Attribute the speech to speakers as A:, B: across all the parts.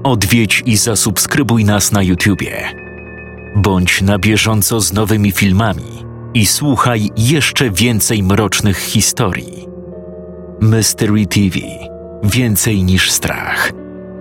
A: Odwiedź i zasubskrybuj nas na YouTubie. Bądź na bieżąco z nowymi filmami i słuchaj jeszcze więcej mrocznych historii. Mystery TV. Więcej niż strach.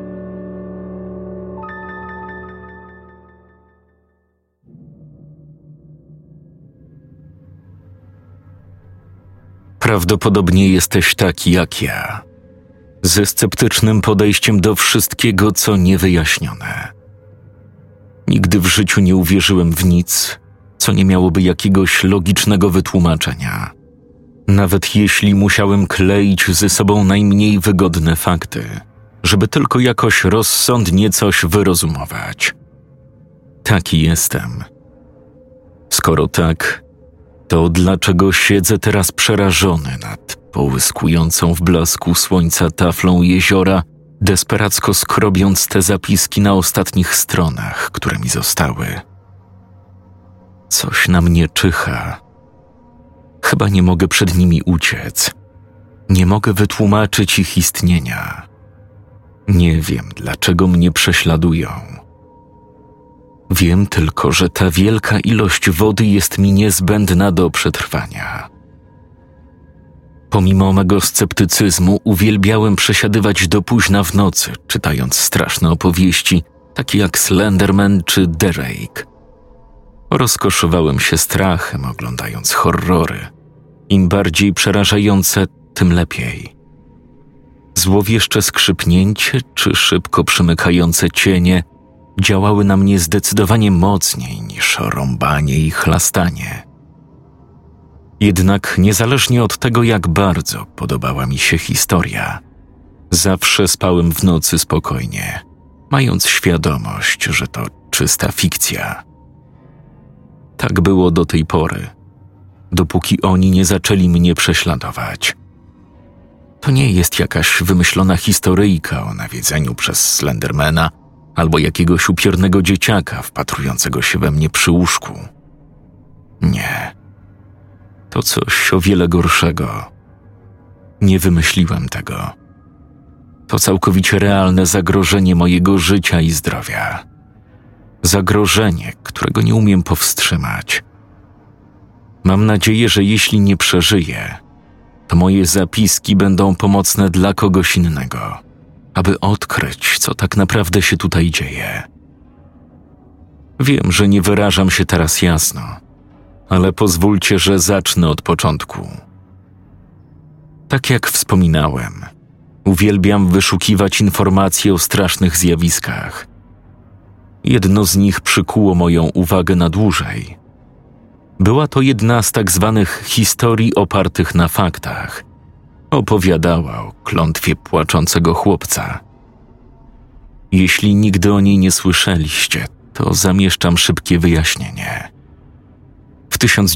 A: Prawdopodobnie jesteś taki jak ja, ze sceptycznym podejściem do wszystkiego, co niewyjaśnione. Nigdy w życiu nie uwierzyłem w nic, co nie miałoby jakiegoś logicznego wytłumaczenia. Nawet jeśli musiałem kleić ze sobą najmniej wygodne fakty, żeby tylko jakoś rozsądnie coś wyrozumować. Taki jestem. Skoro tak, to dlaczego siedzę teraz przerażony nad połyskującą w blasku słońca taflą jeziora, desperacko skrobiąc te zapiski na ostatnich stronach, które mi zostały? Coś na mnie czyha. Chyba nie mogę przed nimi uciec. Nie mogę wytłumaczyć ich istnienia. Nie wiem, dlaczego mnie prześladują. Wiem tylko, że ta wielka ilość wody jest mi niezbędna do przetrwania. Pomimo mego sceptycyzmu uwielbiałem przesiadywać do późna w nocy, czytając straszne opowieści, takie jak Slenderman czy The Rake. Rozkoszowałem się strachem, oglądając horrory. Im bardziej przerażające, tym lepiej. Złowieszcze skrzypnięcie czy szybko przymykające cienie działały na mnie zdecydowanie mocniej niż rąbanie i chlastanie. Jednak niezależnie od tego, jak bardzo podobała mi się historia, zawsze spałem w nocy spokojnie, mając świadomość, że to czysta fikcja. Tak było do tej pory, dopóki oni nie zaczęli mnie prześladować. To nie jest jakaś wymyślona historyjka o nawiedzeniu przez Slendermana albo jakiegoś upiornego dzieciaka wpatrującego się we mnie przy łóżku. Nie. To coś o wiele gorszego. Nie wymyśliłem tego. To całkowicie realne zagrożenie mojego życia i zdrowia. Zagrożenie, którego nie umiem powstrzymać. Mam nadzieję, że jeśli nie przeżyję, to moje zapiski będą pomocne dla kogoś innego, aby odkryć, co tak naprawdę się tutaj dzieje. Wiem, że nie wyrażam się teraz jasno, ale pozwólcie, że zacznę od początku. Tak jak wspominałem, uwielbiam wyszukiwać informacje o strasznych zjawiskach. Jedno z nich przykuło moją uwagę na dłużej. Była to jedna z tak zwanych historii opartych na faktach. Opowiadała o klątwie płaczącego chłopca. Jeśli nigdy o niej nie słyszeliście, to zamieszczam szybkie wyjaśnienie. W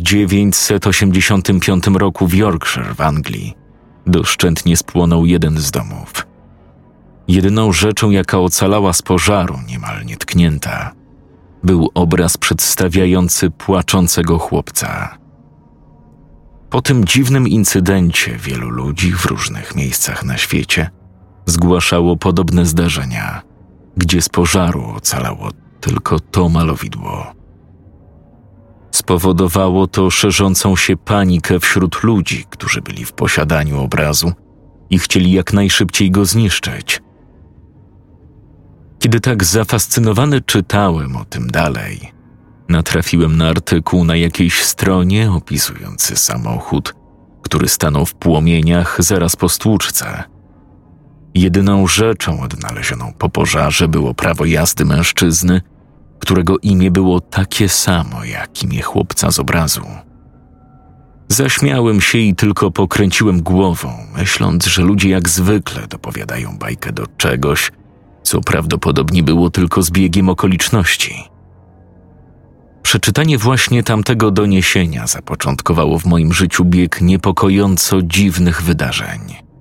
A: 1985 roku w Yorkshire w Anglii doszczętnie spłonął jeden z domów. Jedyną rzeczą, jaka ocalała z pożaru, niemal nietknięta, był obraz przedstawiający płaczącego chłopca. Po tym dziwnym incydencie wielu ludzi w różnych miejscach na świecie zgłaszało podobne zdarzenia, gdzie z pożaru ocalało tylko to malowidło. Spowodowało to szerzącą się panikę wśród ludzi, którzy byli w posiadaniu obrazu i chcieli jak najszybciej go zniszczyć. Kiedy tak zafascynowany czytałem o tym dalej, natrafiłem na artykuł na jakiejś stronie opisujący samochód, który stanął w płomieniach zaraz po stłuczce. Jedyną rzeczą odnalezioną po pożarze było prawo jazdy mężczyzny, którego imię było takie samo jak imię chłopca z obrazu. Zaśmiałem się i tylko pokręciłem głową, myśląc, że ludzie jak zwykle dopowiadają bajkę do czegoś, co prawdopodobnie było tylko zbiegiem okoliczności. Przeczytanie właśnie tamtego doniesienia zapoczątkowało w moim życiu bieg niepokojąco dziwnych wydarzeń.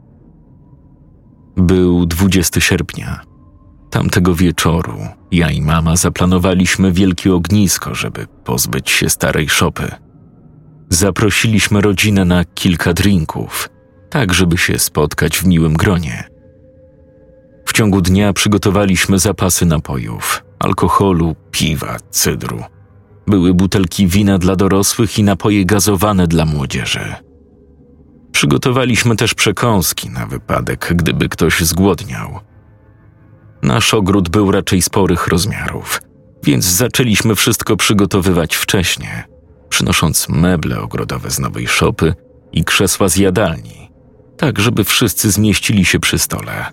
A: Był 20 sierpnia. Tamtego wieczoru ja i mama zaplanowaliśmy wielkie ognisko, żeby pozbyć się starej szopy. Zaprosiliśmy rodzinę na kilka drinków, tak żeby się spotkać w miłym gronie. W ciągu dnia przygotowaliśmy zapasy napojów, alkoholu, piwa, cydru. Były butelki wina dla dorosłych i napoje gazowane dla młodzieży. Przygotowaliśmy też przekąski na wypadek, gdyby ktoś zgłodniał. Nasz ogród był raczej sporych rozmiarów, więc zaczęliśmy wszystko przygotowywać wcześnie, przynosząc meble ogrodowe z nowej szopy i krzesła z jadalni, tak żeby wszyscy zmieścili się przy stole.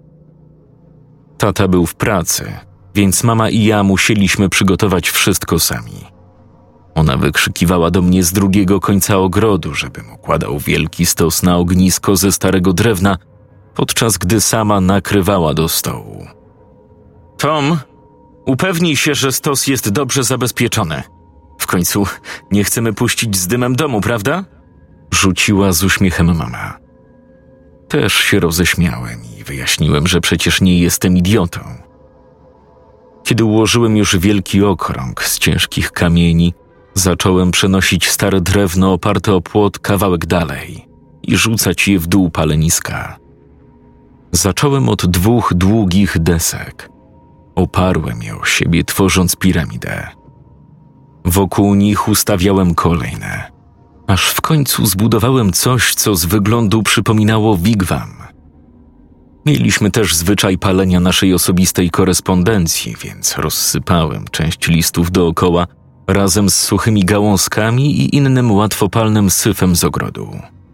A: Tata był w pracy, więc mama i ja musieliśmy przygotować wszystko sami. Ona wykrzykiwała do mnie z drugiego końca ogrodu, żebym układał wielki stos na ognisko ze starego drewna, podczas gdy sama nakrywała do stołu. Tom, upewnij się, że stos jest dobrze zabezpieczony. W końcu nie chcemy puścić z dymem domu, prawda? Rzuciła z uśmiechem mama. Też się roześmiałem i wyjaśniłem, że przecież nie jestem idiotą. Kiedy ułożyłem już wielki okrąg z ciężkich kamieni, zacząłem przenosić stare drewno oparte o płot kawałek dalej i rzucać je w dół paleniska. Zacząłem od 2 długich desek. Oparłem je o siebie, tworząc piramidę. Wokół nich ustawiałem kolejne, aż w końcu zbudowałem coś, co z wyglądu przypominało wigwam. Mieliśmy też zwyczaj palenia naszej osobistej korespondencji, więc rozsypałem część listów dookoła razem z suchymi gałązkami i innym łatwopalnym syfem z ogrodu.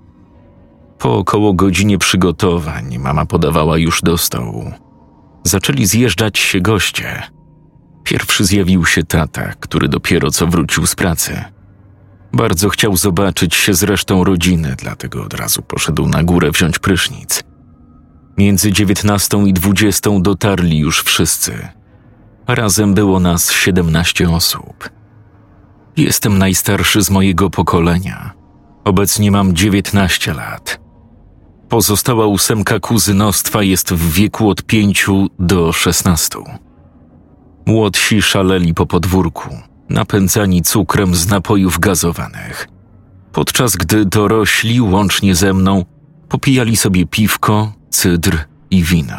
A: Po około godzinie przygotowań mama podawała już do stołu. Zaczęli zjeżdżać się goście. Pierwszy zjawił się tata, który dopiero co wrócił z pracy. Bardzo chciał zobaczyć się z resztą rodziny, dlatego od razu poszedł na górę wziąć prysznic. Między 19 i 20 dotarli już wszyscy. Razem było nas 17 osób. Jestem najstarszy z mojego pokolenia. Obecnie mam 19 lat. Pozostała 8 kuzynostwa jest w wieku od 5 do 16. Młodsi szaleli po podwórku, napędzani cukrem z napojów gazowanych, podczas gdy dorośli, łącznie ze mną, popijali sobie piwko, cydr i wino.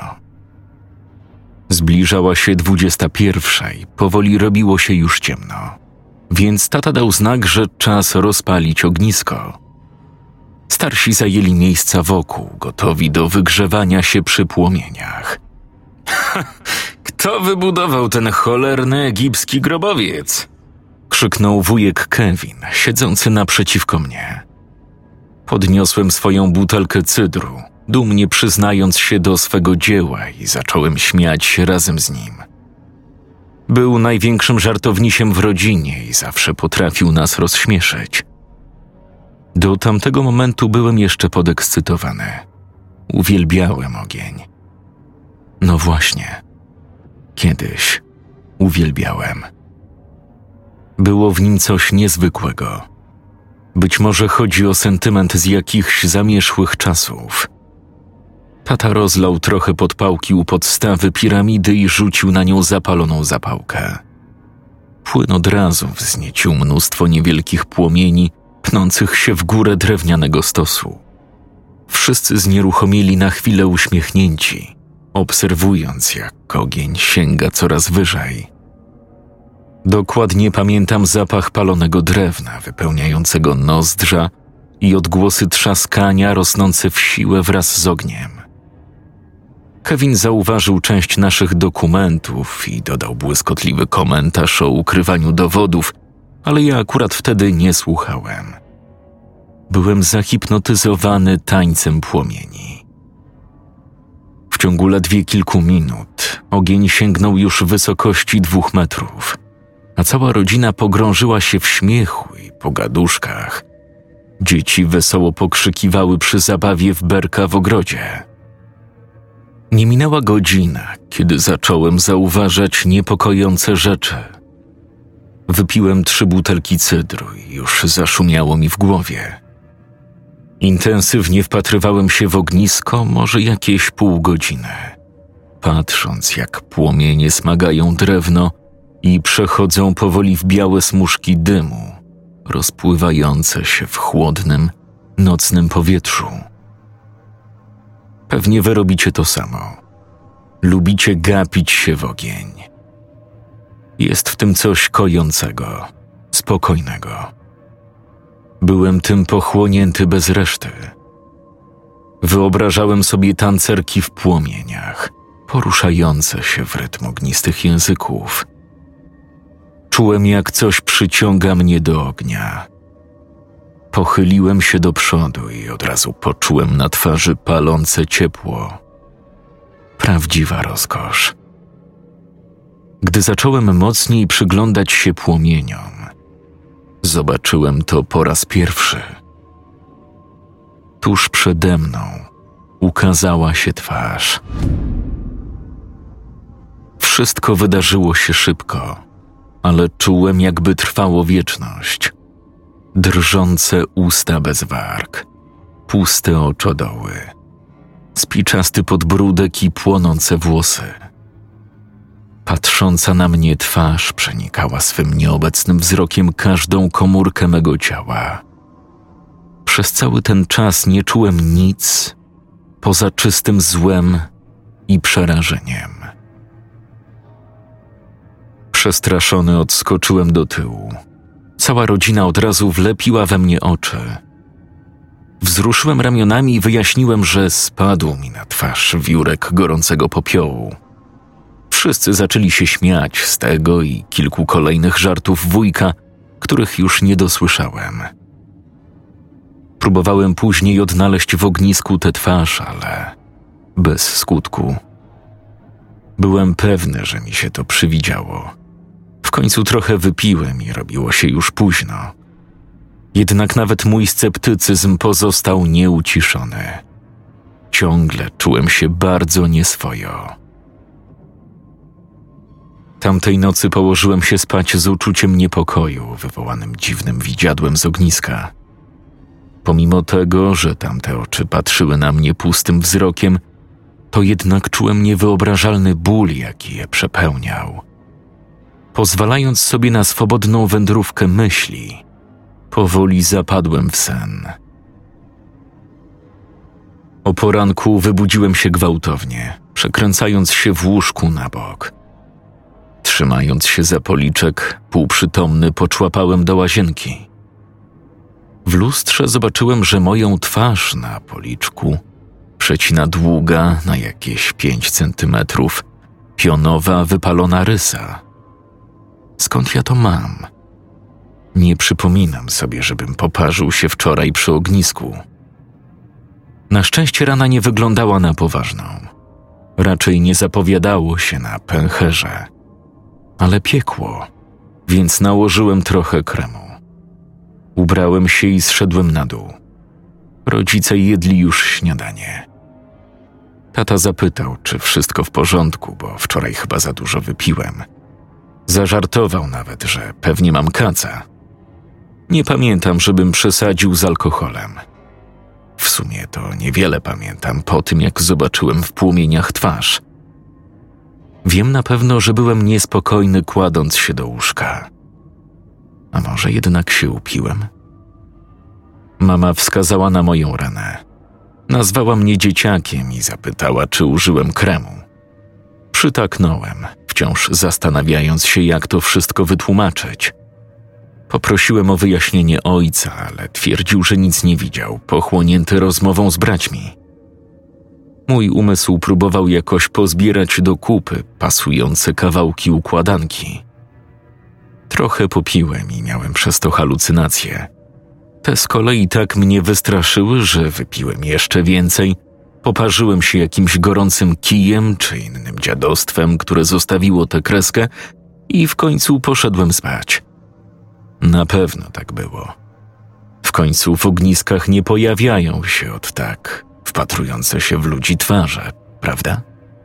A: Zbliżała się 21 i powoli robiło się już ciemno, więc tata dał znak, że czas rozpalić ognisko. Starsi zajęli miejsca wokół, gotowi do wygrzewania się przy płomieniach. Kto wybudował ten cholerny egipski grobowiec? Krzyknął wujek Kevin, siedzący naprzeciwko mnie. Podniosłem swoją butelkę cydru, dumnie przyznając się do swego dzieła i zacząłem śmiać się razem z nim. Był największym żartownisiem w rodzinie i zawsze potrafił nas rozśmieszyć. Do tamtego momentu byłem jeszcze podekscytowany. Uwielbiałem ogień. No właśnie, kiedyś uwielbiałem. Było w nim coś niezwykłego. Być może chodzi o sentyment z jakichś zamierzchłych czasów. Tata rozlał trochę podpałki u podstawy piramidy i rzucił na nią zapaloną zapałkę. Płyn od razu wzniecił mnóstwo niewielkich płomieni, pnących się w górę drewnianego stosu. Wszyscy znieruchomili na chwilę uśmiechnięci, obserwując, jak ogień sięga coraz wyżej. Dokładnie pamiętam zapach palonego drewna wypełniającego nozdrza i odgłosy trzaskania rosnące w siłę wraz z ogniem. Kevin zauważył część naszych dokumentów i dodał błyskotliwy komentarz o ukrywaniu dowodów, ale ja akurat wtedy nie słuchałem. Byłem zahipnotyzowany tańcem płomieni. W ciągu ledwie kilku minut ogień sięgnął już wysokości 2 metrów, a cała rodzina pogrążyła się w śmiechu i pogaduszkach. Dzieci wesoło pokrzykiwały przy zabawie w berka w ogrodzie. Nie minęła godzina, kiedy zacząłem zauważać niepokojące rzeczy. Wypiłem 3 butelki cydru i już zaszumiało mi w głowie. Intensywnie wpatrywałem się w ognisko może jakieś pół godziny, patrząc jak płomienie smagają drewno i przechodzą powoli w białe smużki dymu, rozpływające się w chłodnym, nocnym powietrzu. Pewnie wy robicie to samo. lubicie gapić się w ogień. Jest w tym coś kojącego, spokojnego. Byłem tym pochłonięty bez reszty. Wyobrażałem sobie tancerki w płomieniach, poruszające się w rytm ognistych języków. Czułem, jak coś przyciąga mnie do ognia. Pochyliłem się do przodu i od razu poczułem na twarzy palące ciepło. Prawdziwa rozkosz. Gdy zacząłem mocniej przyglądać się płomieniom, zobaczyłem to po raz pierwszy. Tuż przede mną ukazała się twarz. Wszystko wydarzyło się szybko, ale czułem, jakby trwało wieczność. Drżące usta bez warg, puste oczodoły, spiczasty podbródek i płonące włosy. Patrząca na mnie twarz przenikała swym nieobecnym wzrokiem każdą komórkę mego ciała. Przez cały ten czas nie czułem nic poza czystym złem i przerażeniem. Przestraszony odskoczyłem do tyłu. Cała rodzina od razu wlepiła we mnie oczy. Wzruszyłem ramionami i wyjaśniłem, że spadł mi na twarz wiórek gorącego popiołu. Wszyscy zaczęli się śmiać z tego i kilku kolejnych żartów wujka, których już nie dosłyszałem. Próbowałem później odnaleźć w ognisku tę twarz, ale bez skutku. Byłem pewny, że mi się to przywidziało. W końcu trochę wypiłem i robiło się już późno. Jednak nawet mój sceptycyzm pozostał nieuciszony. Ciągle czułem się bardzo nieswojo. Tamtej nocy położyłem się spać z uczuciem niepokoju wywołanym dziwnym widziadłem z ogniska. Pomimo tego, że tamte oczy patrzyły na mnie pustym wzrokiem, to jednak czułem niewyobrażalny ból, jaki je przepełniał. Pozwalając sobie na swobodną wędrówkę myśli, powoli zapadłem w sen. O poranku wybudziłem się gwałtownie, przekręcając się w łóżku na bok. Trzymając się za policzek, półprzytomny poczłapałem do łazienki. W lustrze zobaczyłem, że moją twarz na policzku przecina długa na jakieś 5 centymetrów, pionowa, wypalona rysa. Skąd ja to mam? Nie przypominam sobie, żebym poparzył się wczoraj przy ognisku. Na szczęście rana nie wyglądała na poważną. Raczej nie zapowiadało się na pęcherze. Ale piekło, więc nałożyłem trochę kremu. Ubrałem się i zszedłem na dół. Rodzice jedli już śniadanie. Tata zapytał, czy wszystko w porządku, bo wczoraj chyba za dużo wypiłem. Zażartował nawet, że pewnie mam kaca. Nie pamiętam, żebym przesadził z alkoholem. W sumie to niewiele pamiętam po tym, jak zobaczyłem w płomieniach twarz. Wiem na pewno, że byłem niespokojny, kładąc się do łóżka. A może jednak się upiłem? Mama wskazała na moją ranę. Nazwała mnie dzieciakiem i zapytała, czy użyłem kremu. Przytaknąłem, wciąż zastanawiając się, jak to wszystko wytłumaczyć. Poprosiłem o wyjaśnienie ojca, ale twierdził, że nic nie widział, pochłonięty rozmową z braćmi. Mój umysł próbował jakoś pozbierać do kupy pasujące kawałki układanki. Trochę popiłem i miałem przez to halucynacje. Te z kolei tak mnie wystraszyły, że wypiłem jeszcze więcej, poparzyłem się jakimś gorącym kijem czy innym dziadostwem, które zostawiło tę kreskę i w końcu poszedłem spać. Na pewno tak było. W końcu w ogniskach nie pojawiają się od tak wpatrujące się w ludzi twarze, prawda?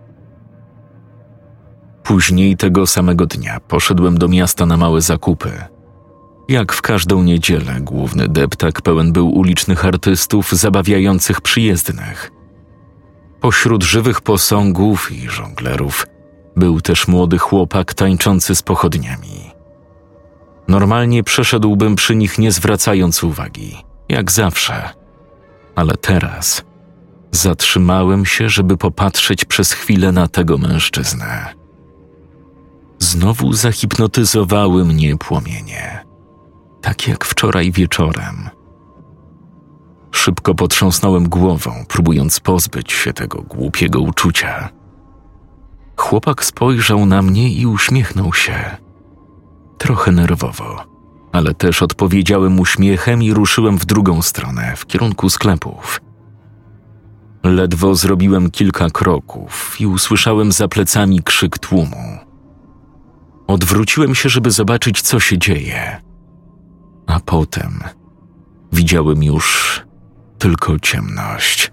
A: Później tego samego dnia poszedłem do miasta na małe zakupy. Jak w każdą niedzielę główny deptak pełen był ulicznych artystów zabawiających przyjezdnych. Pośród żywych posągów i żonglerów był też młody chłopak tańczący z pochodniami. Normalnie przeszedłbym przy nich nie zwracając uwagi, jak zawsze. Ale teraz Zatrzymałem się, żeby popatrzeć przez chwilę na tego mężczyznę. Znowu zahipnotyzowały mnie płomienie, tak jak wczoraj wieczorem. Szybko potrząsnąłem głową, próbując pozbyć się tego głupiego uczucia. Chłopak spojrzał na mnie i uśmiechnął się. Trochę nerwowo, ale też odpowiedziałem uśmiechem i ruszyłem w drugą stronę, w kierunku sklepów. Ledwo zrobiłem kilka kroków i usłyszałem za plecami krzyk tłumu. Odwróciłem się, żeby zobaczyć, co się dzieje. A potem widziałem już tylko ciemność.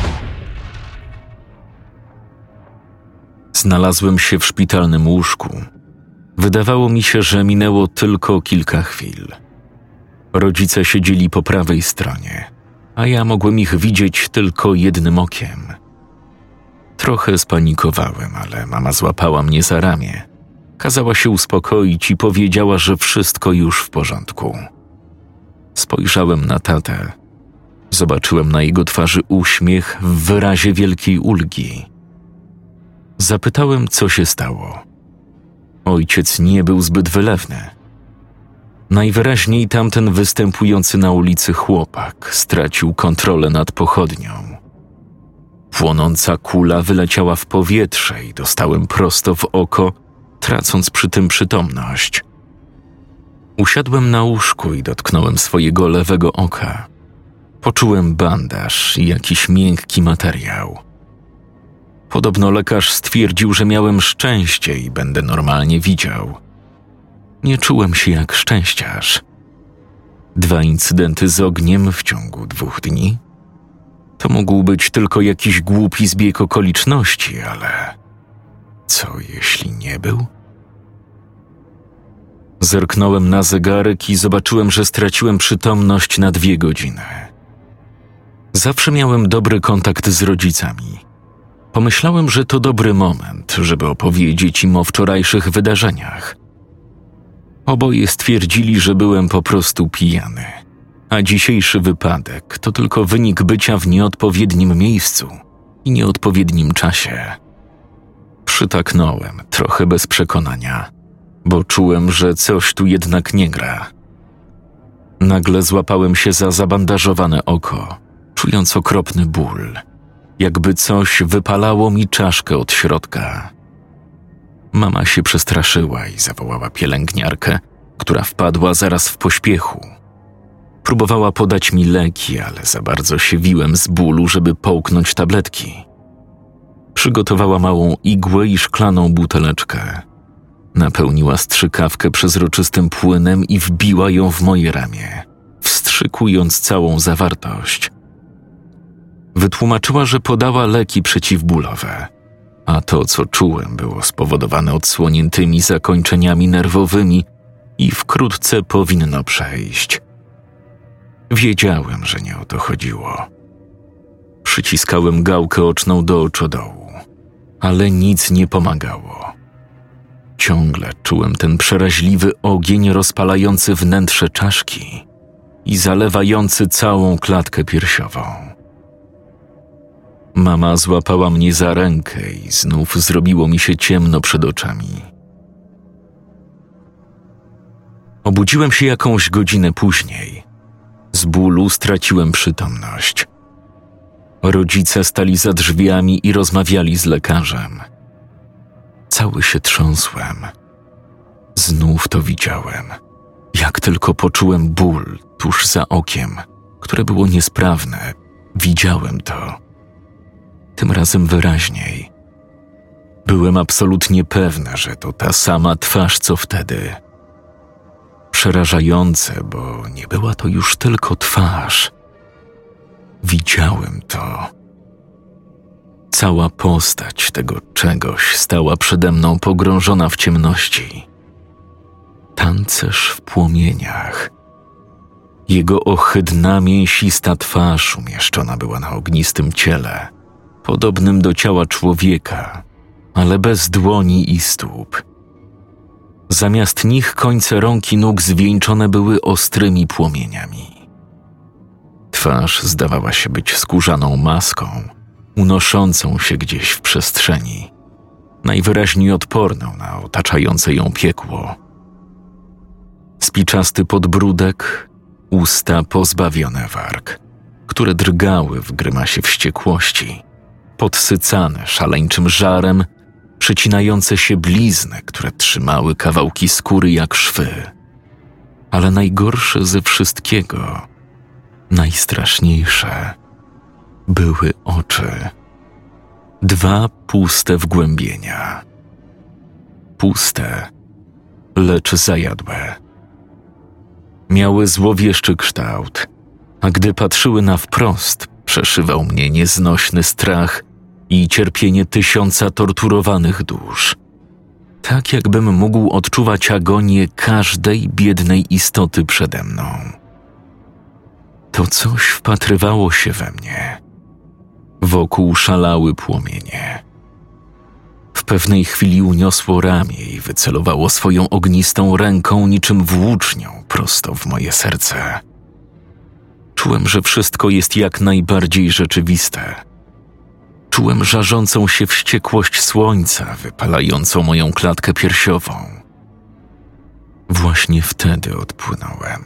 A: Znalazłem się w szpitalnym łóżku. Wydawało mi się, że minęło tylko kilka chwil. Rodzice siedzieli po prawej stronie, a ja mogłem ich widzieć tylko jednym okiem. Trochę spanikowałem, ale mama złapała mnie za ramię. Kazała się uspokoić i powiedziała, że wszystko już w porządku. Spojrzałem na tatę. Zobaczyłem na jego twarzy uśmiech w wyrazie wielkiej ulgi. Zapytałem, co się stało. Ojciec nie był zbyt wylewny. Najwyraźniej tamten występujący na ulicy chłopak stracił kontrolę nad pochodnią. Płonąca kula wyleciała w powietrze i dostałem prosto w oko, tracąc przy tym przytomność. Usiadłem na łóżku i dotknąłem swojego lewego oka. Poczułem bandaż i jakiś miękki materiał. Podobno lekarz stwierdził, że miałem szczęście i będę normalnie widział. Nie czułem się jak szczęściarz. 2 incydenty z ogniem w ciągu 2 dni? To mógł być tylko jakiś głupi zbieg okoliczności, ale co jeśli nie był? Zerknąłem na zegarek i zobaczyłem, że straciłem przytomność na 2 godziny. Zawsze miałem dobry kontakt z rodzicami. Pomyślałem, że to dobry moment, żeby opowiedzieć im o wczorajszych wydarzeniach. Oboje stwierdzili, że byłem po prostu pijany, a dzisiejszy wypadek to tylko wynik bycia w nieodpowiednim miejscu i nieodpowiednim czasie. Przytaknąłem, trochę bez przekonania, bo czułem, że coś tu jednak nie gra. Nagle złapałem się za zabandażowane oko, czując okropny ból, jakby coś wypalało mi czaszkę od środka. Mama się przestraszyła i zawołała pielęgniarkę, która wpadła zaraz w pośpiechu. Próbowała podać mi leki, ale za bardzo się wiłem z bólu, żeby połknąć tabletki. Przygotowała małą igłę i szklaną buteleczkę. Napełniła strzykawkę przezroczystym płynem i wbiła ją w moje ramię, wstrzykując całą zawartość. Wytłumaczyła, że podała leki przeciwbólowe, a to, co czułem, było spowodowane odsłoniętymi zakończeniami nerwowymi i wkrótce powinno przejść. Wiedziałem, że nie o to chodziło. Przyciskałem gałkę oczną do oczodołu, ale nic nie pomagało. Ciągle czułem ten przeraźliwy ogień rozpalający wnętrze czaszki i zalewający całą klatkę piersiową. Mama złapała mnie za rękę i znów zrobiło mi się ciemno przed oczami. Obudziłem się jakąś godzinę później. Z bólu straciłem przytomność. Rodzice stali za drzwiami i rozmawiali z lekarzem. Cały się trząsłem. Znów to widziałem. Jak tylko poczułem ból tuż za okiem, które było niesprawne, widziałem to. Tym razem wyraźniej. Byłem absolutnie pewny, że to ta sama twarz, co wtedy. Przerażające, bo nie była to już tylko twarz. Widziałem to. Cała postać tego czegoś stała przede mną pogrążona w ciemności. Tancerz w płomieniach. Jego ohydna, mięsista twarz umieszczona była na ognistym ciele, podobnym do ciała człowieka, ale bez dłoni i stóp. Zamiast nich końce rąk i nóg zwieńczone były ostrymi płomieniami. Twarz zdawała się być skórzaną maską, unoszącą się gdzieś w przestrzeni, najwyraźniej odporną na otaczające ją piekło. Spiczasty podbródek, usta pozbawione warg, które drgały w grymasie wściekłości, podsycane szaleńczym żarem, przecinające się blizny, które trzymały kawałki skóry jak szwy. Ale najgorsze ze wszystkiego, najstraszniejsze, były oczy. 2 puste wgłębienia. Puste, lecz zajadłe. Miały złowieszczy kształt, a gdy patrzyły na wprost, przeszywał mnie nieznośny strach i cierpienie 1000 torturowanych dusz. Tak jakbym mógł odczuwać agonię każdej biednej istoty przede mną. To coś wpatrywało się we mnie. Wokół szalały płomienie. W pewnej chwili uniosło ramię i wycelowało swoją ognistą ręką niczym włócznią prosto w moje serce. Czułem, że wszystko jest jak najbardziej rzeczywiste. Czułem żarzącą się wściekłość słońca, wypalającą moją klatkę piersiową. Właśnie wtedy odpłynąłem.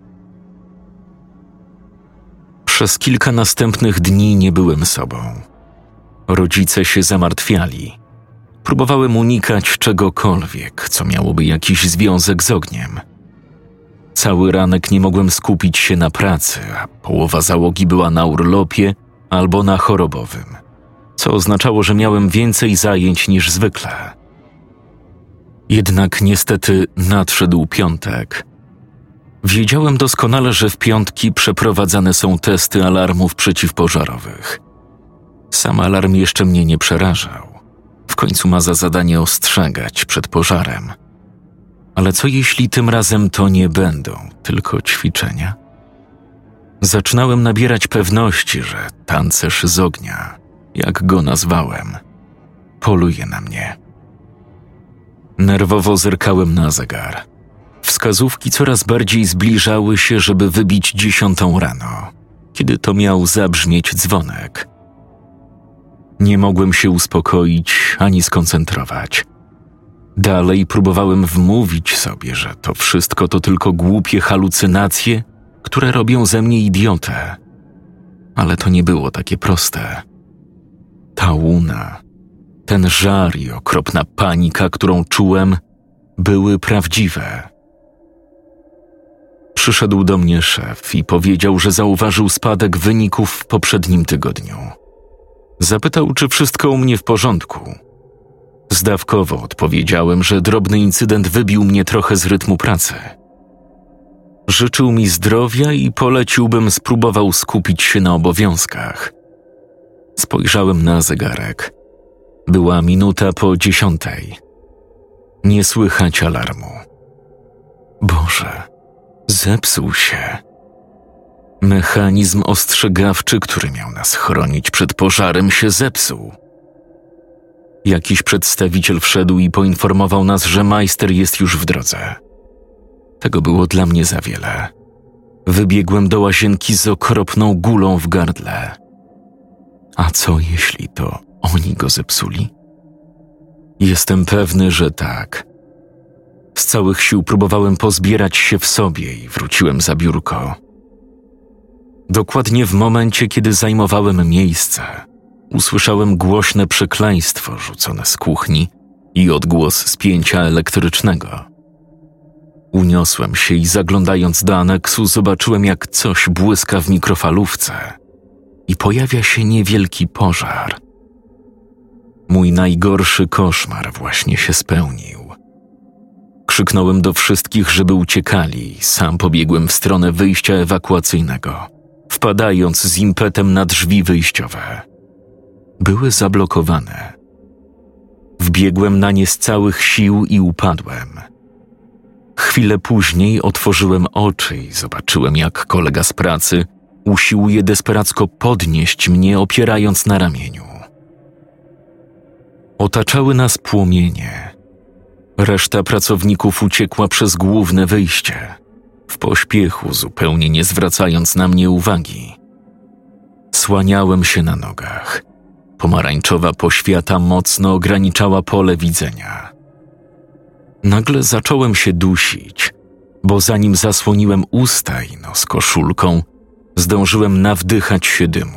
A: Przez kilka następnych dni nie byłem sobą. Rodzice się zamartwiali. Próbowałem unikać czegokolwiek, co miałoby jakiś związek z ogniem. Cały ranek nie mogłem skupić się na pracy, a połowa załogi była na urlopie albo na chorobowym, co oznaczało, że miałem więcej zajęć niż zwykle. Jednak niestety nadszedł piątek. Wiedziałem doskonale, że w piątki przeprowadzane są testy alarmów przeciwpożarowych. Sam alarm jeszcze mnie nie przerażał. W końcu ma za zadanie ostrzegać przed pożarem. Ale co jeśli tym razem to nie będą tylko ćwiczenia? Zaczynałem nabierać pewności, że tancerz z ognia, jak go nazwałem, poluje na mnie. Nerwowo zerkałem na zegar. Wskazówki coraz bardziej zbliżały się, żeby wybić 10 rano, kiedy to miał zabrzmieć dzwonek. Nie mogłem się uspokoić ani skoncentrować. Dalej próbowałem wmówić sobie, że to wszystko to tylko głupie halucynacje, które robią ze mnie idiotę. Ale to nie było takie proste. Ta łuna, ten żar i okropna panika, którą czułem, były prawdziwe. Przyszedł do mnie szef i powiedział, że zauważył spadek wyników w poprzednim tygodniu. Zapytał, czy wszystko u mnie w porządku. Zdawkowo odpowiedziałem, że drobny incydent wybił mnie trochę z rytmu pracy. Życzył mi zdrowia i polecił, bym spróbował skupić się na obowiązkach. Spojrzałem na zegarek. Była 10:05. Nie słychać alarmu. Boże, zepsuł się. Mechanizm ostrzegawczy, który miał nas chronić przed pożarem, się zepsuł. Jakiś przedstawiciel wszedł i poinformował nas, że majster jest już w drodze. Tego było dla mnie za wiele. Wybiegłem do łazienki z okropną gulą w gardle. A co jeśli to oni go zepsuli? Jestem pewny, że tak. Z całych sił próbowałem pozbierać się w sobie i wróciłem za biurko. Dokładnie w momencie, kiedy zajmowałem miejsce, usłyszałem głośne przekleństwo rzucone z kuchni i odgłos spięcia elektrycznego. Uniosłem się i zaglądając do aneksu zobaczyłem, jak coś błyska w mikrofalówce i pojawia się niewielki pożar. Mój najgorszy koszmar właśnie się spełnił. Krzyknąłem do wszystkich, żeby uciekali, sam pobiegłem w stronę wyjścia ewakuacyjnego, wpadając z impetem na drzwi wyjściowe. Były zablokowane. Wbiegłem na nie z całych sił i upadłem. Chwilę później otworzyłem oczy i zobaczyłem, jak kolega z pracy usiłuje desperacko podnieść mnie, opierając na ramieniu. Otaczały nas płomienie. Reszta pracowników uciekła przez główne wyjście, w pośpiechu zupełnie nie zwracając na mnie uwagi. Słaniałem się na nogach. pomarańczowa poświata mocno ograniczała pole widzenia. Nagle zacząłem się dusić, bo zanim zasłoniłem usta i nos koszulką, zdążyłem nawdychać się dymu.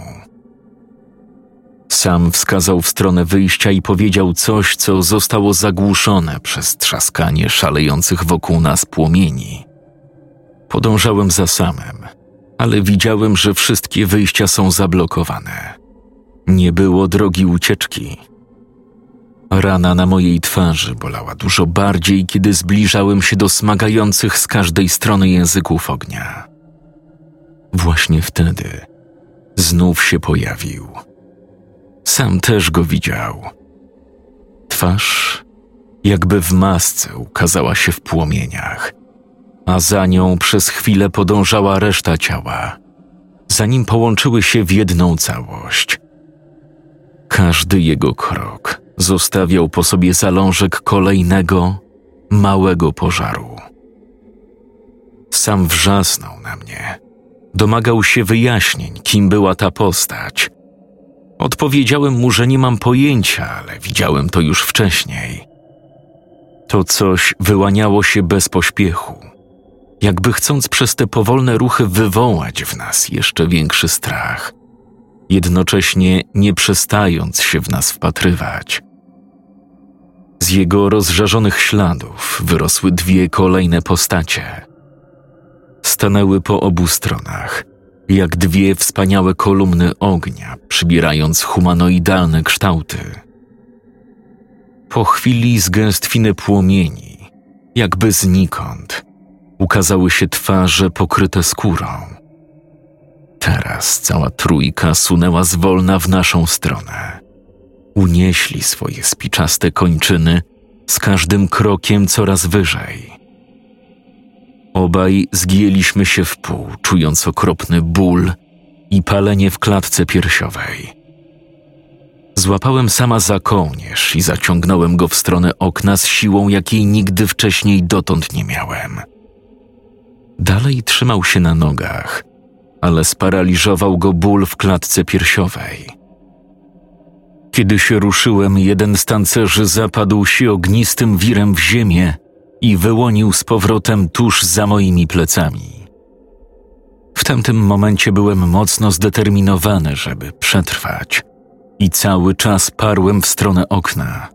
A: Sam wskazał w stronę wyjścia i powiedział coś, co zostało zagłuszone przez trzaskanie szalejących wokół nas płomieni. Podążałem za Samem, ale widziałem, że wszystkie wyjścia są zablokowane. Nie było drogi ucieczki. Rana na mojej twarzy bolała dużo bardziej, kiedy zbliżałem się do smagających z każdej strony języków ognia. Właśnie wtedy znów się pojawił. Sam też go widział. Twarz, jakby w masce, ukazała się w płomieniach, a za nią przez chwilę podążała reszta ciała, zanim połączyły się w jedną całość. Każdy jego krok zostawiał po sobie zalążek kolejnego, małego pożaru. Sam wrzasnął na mnie. Domagał się wyjaśnień, kim była ta postać. Odpowiedziałem mu, że nie mam pojęcia, ale widziałem to już wcześniej. To coś wyłaniało się bez pośpiechu, jakby chcąc przez te powolne ruchy wywołać w nas jeszcze większy strach, jednocześnie nie przestając się w nas wpatrywać. Z jego rozżarzonych śladów wyrosły dwie kolejne postacie. Stanęły po obu stronach, jak dwie wspaniałe kolumny ognia, przybierając humanoidalne kształty. Po chwili z gęstwiny płomieni, jakby znikąd, ukazały się twarze pokryte skórą. Teraz cała trójka sunęła zwolna w naszą stronę. Unieśli swoje spiczaste kończyny, z każdym krokiem coraz wyżej. Obaj zgięliśmy się w pół, czując okropny ból i palenie w klatce piersiowej. Złapałem Sama za kołnierz i zaciągnąłem go w stronę okna z siłą, jakiej nigdy wcześniej dotąd nie miałem. Dalej trzymał się na nogach, ale sparaliżował go ból w klatce piersiowej. Kiedy się ruszyłem, jeden z tancerzy zapadł się ognistym wirem w ziemię i wyłonił z powrotem tuż za moimi plecami. W tamtym momencie byłem mocno zdeterminowany, żeby przetrwać i cały czas parłem w stronę okna.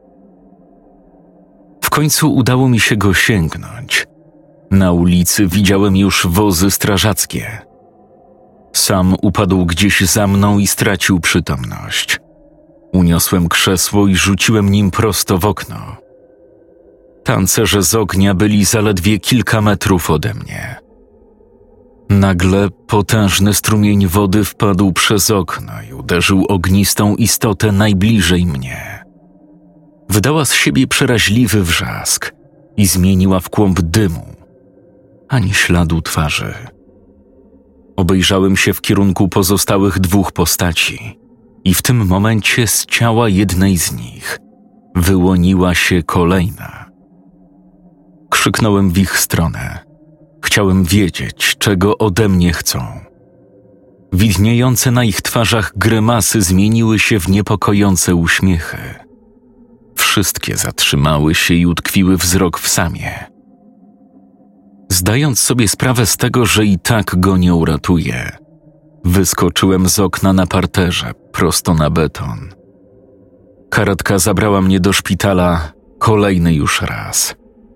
A: W końcu udało mi się go sięgnąć. Na ulicy widziałem już wozy strażackie. Sam upadł gdzieś za mną i stracił przytomność. Uniosłem krzesło i rzuciłem nim prosto w okno. Tancerze z ognia byli zaledwie kilka metrów ode mnie. Nagle potężny strumień wody wpadł przez okno i uderzył ognistą istotę najbliżej mnie. Wydała z siebie przeraźliwy wrzask i zmieniła w kłąb dymu, ani śladu twarzy. Obejrzałem się w kierunku pozostałych dwóch postaci i w tym momencie z ciała jednej z nich wyłoniła się kolejna. Krzyknąłem w ich stronę. Chciałem wiedzieć, czego ode mnie chcą. Widniejące na ich twarzach grymasy zmieniły się w niepokojące uśmiechy. Wszystkie zatrzymały się i utkwiły wzrok w Samie. Zdając sobie sprawę z tego, że i tak go nie uratuję, wyskoczyłem z okna na parterze, prosto na beton. Karetka zabrała mnie do szpitala kolejny już raz.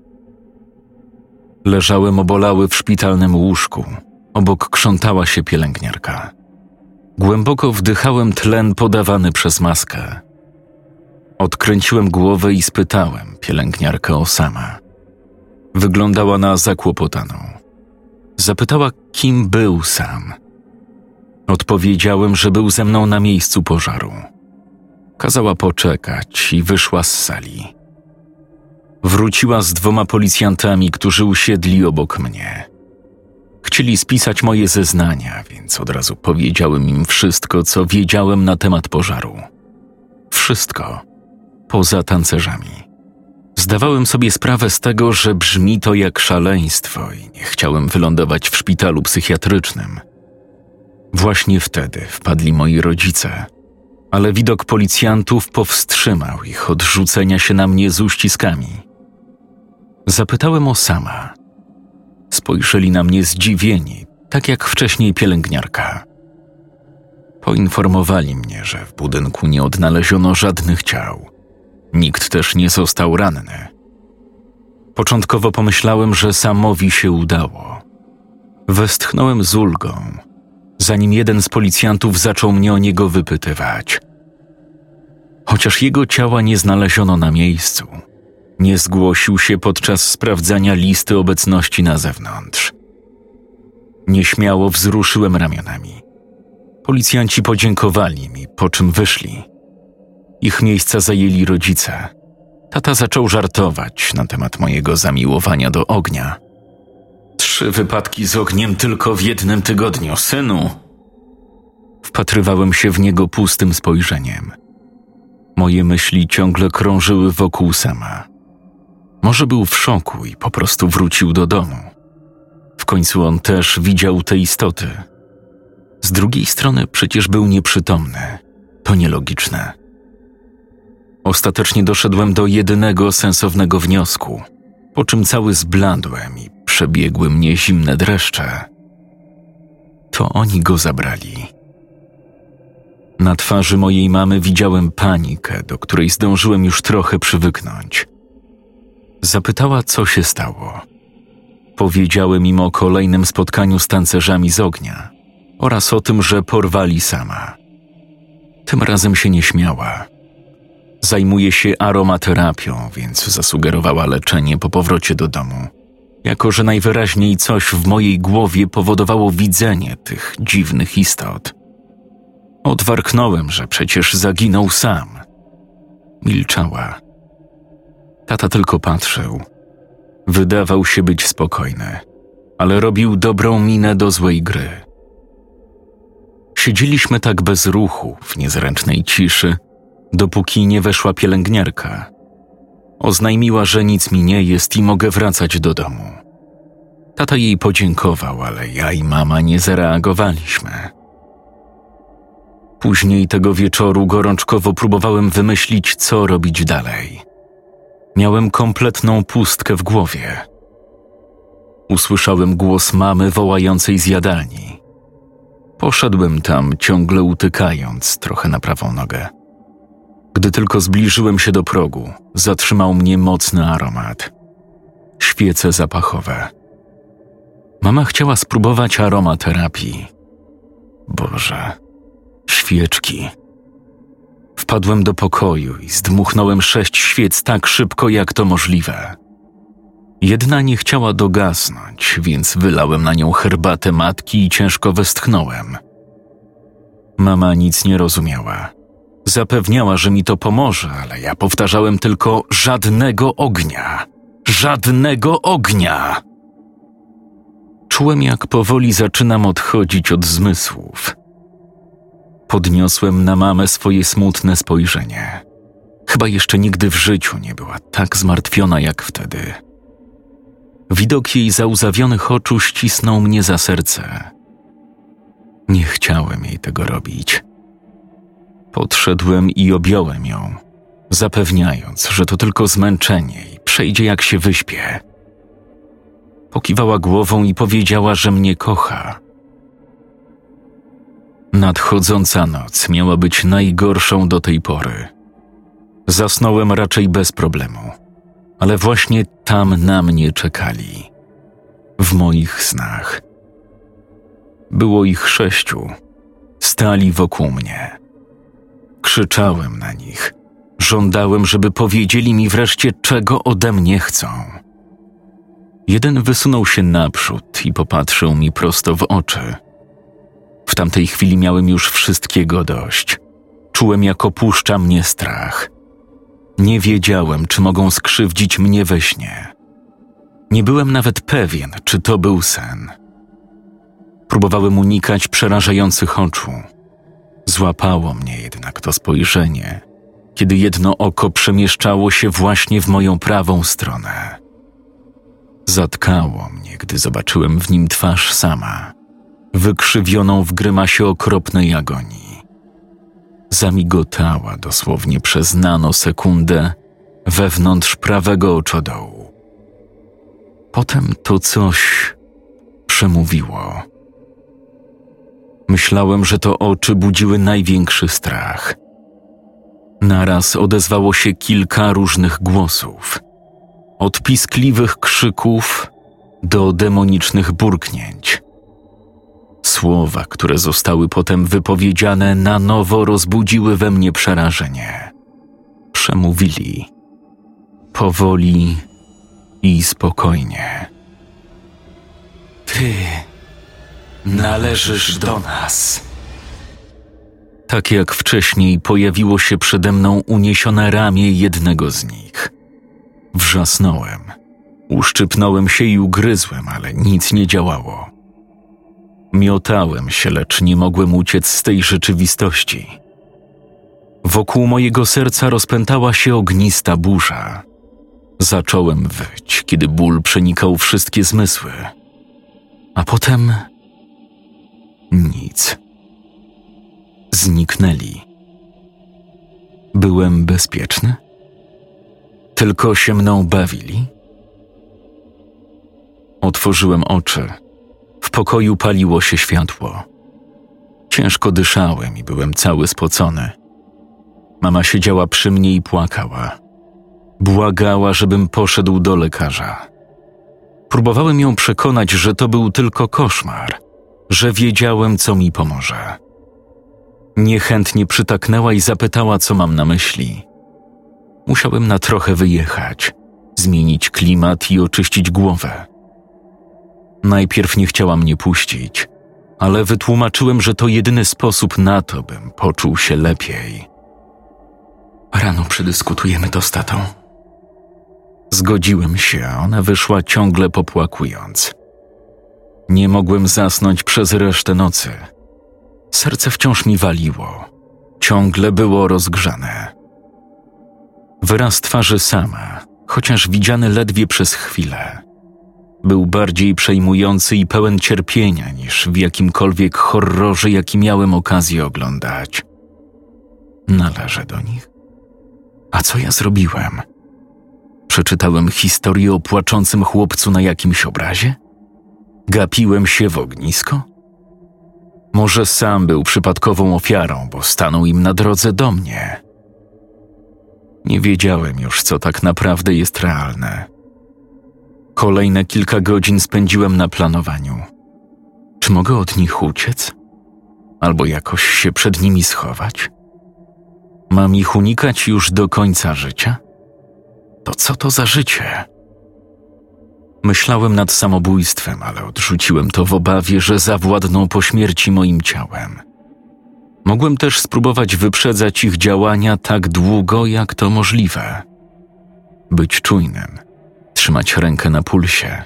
A: Leżałem obolały w szpitalnym łóżku. Obok krzątała się pielęgniarka. Głęboko wdychałem tlen podawany przez maskę. Odkręciłem głowę i spytałem pielęgniarkę o Sama. Wyglądała na zakłopotaną. Zapytała, kim był Sam. Odpowiedziałem, że był ze mną na miejscu pożaru. Kazała poczekać i wyszła z sali. Wróciła z 2 policjantami, którzy usiedli obok mnie. Chcieli spisać moje zeznania, więc od razu powiedziałem im wszystko, co wiedziałem na temat pożaru. Wszystko, poza tancerzami. Zdawałem sobie sprawę z tego, że brzmi to jak szaleństwo i nie chciałem wylądować w szpitalu psychiatrycznym. Właśnie wtedy wpadli moi rodzice. ale widok policjantów powstrzymał ich od rzucenia się na mnie z uściskami. Zapytałem o Sama. Spojrzeli na mnie zdziwieni, tak jak wcześniej pielęgniarka. Poinformowali mnie, że w budynku nie odnaleziono żadnych ciał. Nikt też nie został ranny. Początkowo pomyślałem, że Samowi się udało. Westchnąłem z ulgą, zanim jeden z policjantów zaczął mnie o niego wypytywać. Chociaż jego ciała nie znaleziono na miejscu, nie zgłosił się podczas sprawdzania listy obecności na zewnątrz. Nieśmiało wzruszyłem ramionami. Policjanci podziękowali mi, po czym wyszli. Ich miejsca zajęli rodzice. Tata zaczął żartować na temat mojego zamiłowania do ognia. 3 wypadki z ogniem tylko w 1 tygodniu, synu. Wpatrywałem się w niego pustym spojrzeniem. Moje myśli ciągle krążyły wokół Sama. Może był w szoku i po prostu wrócił do domu. W końcu on też widział te istoty. Z drugiej strony przecież był nieprzytomny. To nielogiczne. Ostatecznie doszedłem do jedynego sensownego wniosku, po czym cały zbladłem i przebiegły mnie zimne dreszcze. To oni go zabrali. Na twarzy mojej mamy widziałem panikę, do której zdążyłem już trochę przywyknąć. Zapytała, co się stało. Powiedziałem im o kolejnym spotkaniu z tancerzami z ognia oraz o tym, że porwali Sama. Tym razem się nie śmiała. Zajmuje się aromaterapią, więc zasugerowała leczenie po powrocie do domu. Jako że najwyraźniej coś w mojej głowie powodowało widzenie tych dziwnych istot. Odwarknąłem, że przecież zaginął Sam. Milczała. Tata tylko patrzył. Wydawał się być spokojny, ale robił dobrą minę do złej gry. Siedzieliśmy tak bez ruchu, w niezręcznej ciszy, dopóki nie weszła pielęgniarka. Oznajmiła, że nic mi nie jest i mogę wracać do domu. Tata jej podziękował, ale ja i mama nie zareagowaliśmy. Później tego wieczoru gorączkowo próbowałem wymyślić, co robić dalej. Miałem kompletną pustkę w głowie. Usłyszałem głos mamy wołającej z jadalni. Poszedłem tam, ciągle utykając, trochę na prawą nogę. Gdy tylko zbliżyłem się do progu, zatrzymał mnie mocny aromat. Świece zapachowe. Mama chciała spróbować aromaterapii. Boże, świeczki. Wpadłem do pokoju i zdmuchnąłem 6 świec tak szybko, jak to możliwe. Jedna nie chciała dogasnąć, więc wylałem na nią herbatę matki i ciężko westchnąłem. Mama nic nie rozumiała. Zapewniała, że mi to pomoże, ale ja powtarzałem tylko: żadnego ognia! Żadnego ognia! Czułem, jak powoli zaczynam odchodzić od zmysłów. Podniosłem na mamę swoje smutne spojrzenie. Chyba jeszcze nigdy w życiu nie była tak zmartwiona jak wtedy. Widok jej załzawionych oczu ścisnął mnie za serce. Nie chciałem jej tego robić. Podszedłem i objąłem ją, zapewniając, że to tylko zmęczenie i przejdzie, jak się wyśpię. Pokiwała głową i powiedziała, że mnie kocha. Nadchodząca noc miała być najgorszą do tej pory. Zasnąłem raczej bez problemu, ale właśnie tam na mnie czekali. W moich snach. Było ich 6. Stali wokół mnie. Krzyczałem na nich. Żądałem, żeby powiedzieli mi wreszcie, czego ode mnie chcą. Jeden wysunął się naprzód i popatrzył mi prosto w oczy. W tamtej chwili miałem już wszystkiego dość. Czułem, jak opuszcza mnie strach. Nie wiedziałem, czy mogą skrzywdzić mnie we śnie. Nie byłem nawet pewien, czy to był sen. Próbowałem unikać przerażających oczu. Złapało mnie jednak to spojrzenie, kiedy jedno oko przemieszczało się właśnie w moją prawą stronę. Zatkało mnie, gdy zobaczyłem w nim twarz Sama, wykrzywioną w grymasie okropnej agonii. zamigotała dosłownie przez nanosekundę wewnątrz prawego oczodołu. Potem to coś przemówiło. Myślałem, że to oczy budziły największy strach. Naraz odezwało się kilka różnych głosów. Od piskliwych krzyków do demonicznych burknięć. Słowa, które zostały potem wypowiedziane, na nowo rozbudziły we mnie przerażenie. Przemówili powoli i spokojnie. Ty należysz do nas. Tak jak wcześniej pojawiło się przede mną uniesione ramię jednego z nich. Wrzasnąłem. Uszczypnąłem się i ugryzłem, ale nic nie działało. Miotałem się, lecz nie mogłem uciec z tej rzeczywistości. Wokół mojego serca rozpętała się ognista burza. Zacząłem wyć, kiedy ból przenikał wszystkie zmysły. A potem nic. Zniknęli. Byłem bezpieczny? Tylko się mną bawili? Otworzyłem oczy. W pokoju paliło się światło. Ciężko dyszałem i byłem cały spocony. Mama siedziała przy mnie i płakała. Błagała, żebym poszedł do lekarza. Próbowałem ją przekonać, że to był tylko koszmar, że wiedziałem, co mi pomoże. Niechętnie przytaknęła i zapytała, co mam na myśli. Musiałem na trochę wyjechać, zmienić klimat i oczyścić głowę. Najpierw nie chciała mnie puścić, ale wytłumaczyłem, że to jedyny sposób na to, bym poczuł się lepiej. Rano przedyskutujemy to z tatą. Zgodziłem się, a ona wyszła ciągle popłakując. Nie mogłem zasnąć przez resztę nocy. Serce wciąż mi waliło. Ciągle było rozgrzane. Wyraz twarzy sama, chociaż widziany ledwie przez chwilę, był bardziej przejmujący i pełen cierpienia niż w jakimkolwiek horrorze, jaki miałem okazję oglądać. Należę do nich? A co ja zrobiłem? Przeczytałem historię o płaczącym chłopcu na jakimś obrazie? Gapiłem się w ognisko? Może sam był przypadkową ofiarą, bo stanął im na drodze do mnie. Nie wiedziałem już, co tak naprawdę jest realne. Kolejne kilka godzin spędziłem na planowaniu. Czy mogę od nich uciec? Albo jakoś się przed nimi schować? Mam ich unikać już do końca życia? To co to za życie? Myślałem nad samobójstwem, ale odrzuciłem to w obawie, że zawładną po śmierci moim ciałem. Mogłem też spróbować wyprzedzać ich działania tak długo, jak to możliwe. Być czujnym, trzymać rękę na pulsie.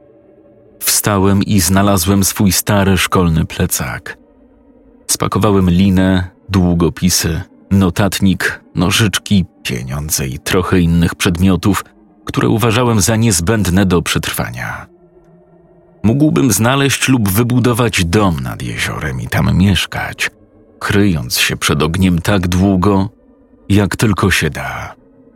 A: Wstałem i znalazłem swój stary szkolny plecak. Spakowałem linę, długopisy, notatnik, nożyczki, pieniądze i trochę innych przedmiotów, które uważałem za niezbędne do przetrwania. Mógłbym znaleźć lub wybudować dom nad jeziorem i tam mieszkać, kryjąc się przed ogniem tak długo, jak tylko się da.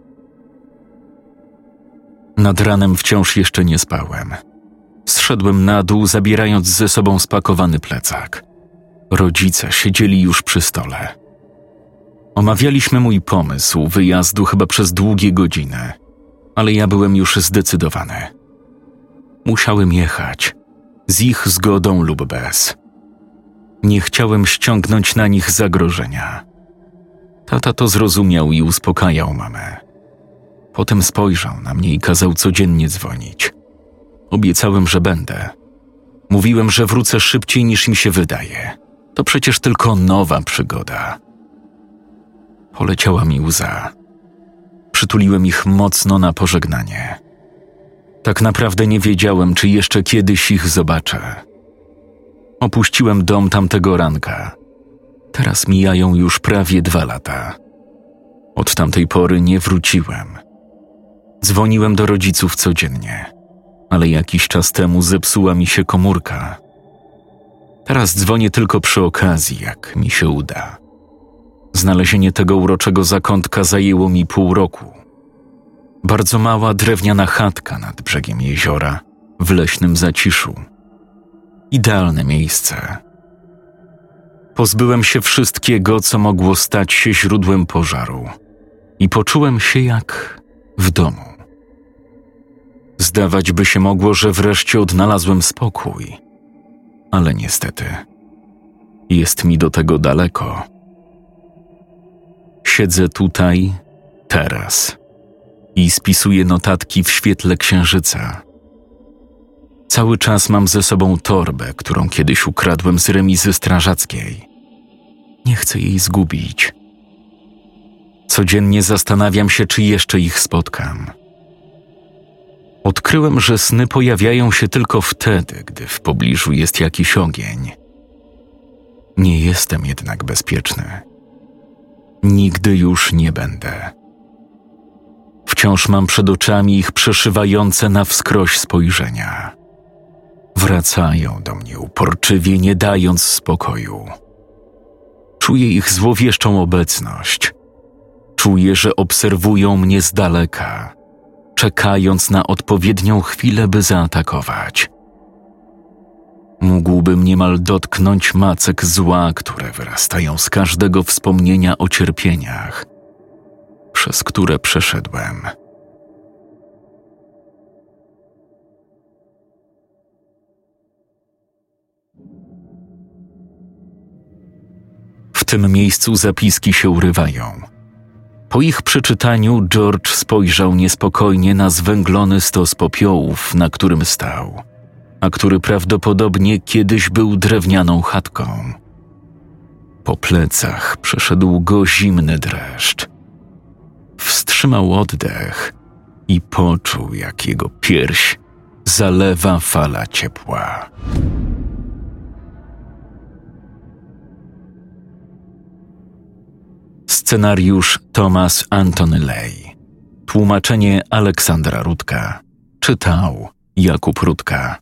A: Nad ranem wciąż jeszcze nie spałem. Zszedłem na dół, zabierając ze sobą spakowany plecak. Rodzice siedzieli już przy stole. Omawialiśmy mój pomysł wyjazdu chyba przez długie godziny, ale ja byłem już zdecydowany. Musiałem jechać, z ich zgodą lub bez. Nie chciałem ściągnąć na nich zagrożenia. Tata to zrozumiał i uspokajał mamę. Potem spojrzał na mnie i kazał codziennie dzwonić. Obiecałem, że będę. Mówiłem, że wrócę szybciej niż im się wydaje. To przecież tylko nowa przygoda. Poleciała mi łza. Przytuliłem ich mocno na pożegnanie. Tak naprawdę nie wiedziałem, czy jeszcze kiedyś ich zobaczę. Opuściłem dom tamtego ranka. Teraz mijają już prawie 2 lata. Od tamtej pory nie wróciłem. Dzwoniłem do rodziców codziennie, ale jakiś czas temu zepsuła mi się komórka. Teraz dzwonię tylko przy okazji, jak mi się uda. Znalezienie tego uroczego zakątka zajęło mi pół roku. Bardzo mała drewniana chatka nad brzegiem jeziora, w leśnym zaciszu. Idealne miejsce. Pozbyłem się wszystkiego, co mogło stać się źródłem pożaru i poczułem się jak w domu. Zdawać by się mogło, że wreszcie odnalazłem spokój, ale niestety jest mi do tego daleko. Siedzę tutaj, teraz i spisuję notatki w świetle księżyca. Cały czas mam ze sobą torbę, którą kiedyś ukradłem z remizy strażackiej. Nie chcę jej zgubić. Codziennie zastanawiam się, czy jeszcze ich spotkam. Odkryłem, że sny pojawiają się tylko wtedy, gdy w pobliżu jest jakiś ogień. Nie jestem jednak bezpieczny. Nigdy już nie będę. Wciąż mam przed oczami ich przeszywające na wskroś spojrzenia. Wracają do mnie uporczywie, nie dając spokoju. Czuję ich złowieszczą obecność. Czuję, że obserwują mnie z daleka, czekając na odpowiednią chwilę, by zaatakować. Mógłbym niemal dotknąć macek zła, które wyrastają z każdego wspomnienia o cierpieniach, przez które przeszedłem. W tym miejscu zapiski się urywają. Po ich przeczytaniu George spojrzał niespokojnie na zwęglony stos popiołów, na którym stał, a który prawdopodobnie kiedyś był drewnianą chatką. Po plecach przeszedł go zimny dreszcz. Wstrzymał oddech i poczuł, jak jego pierś zalewa fala ciepła. Scenariusz Thomas Antony Ley. Tłumaczenie Aleksandra Rutka. Czytał Jakub Rutka.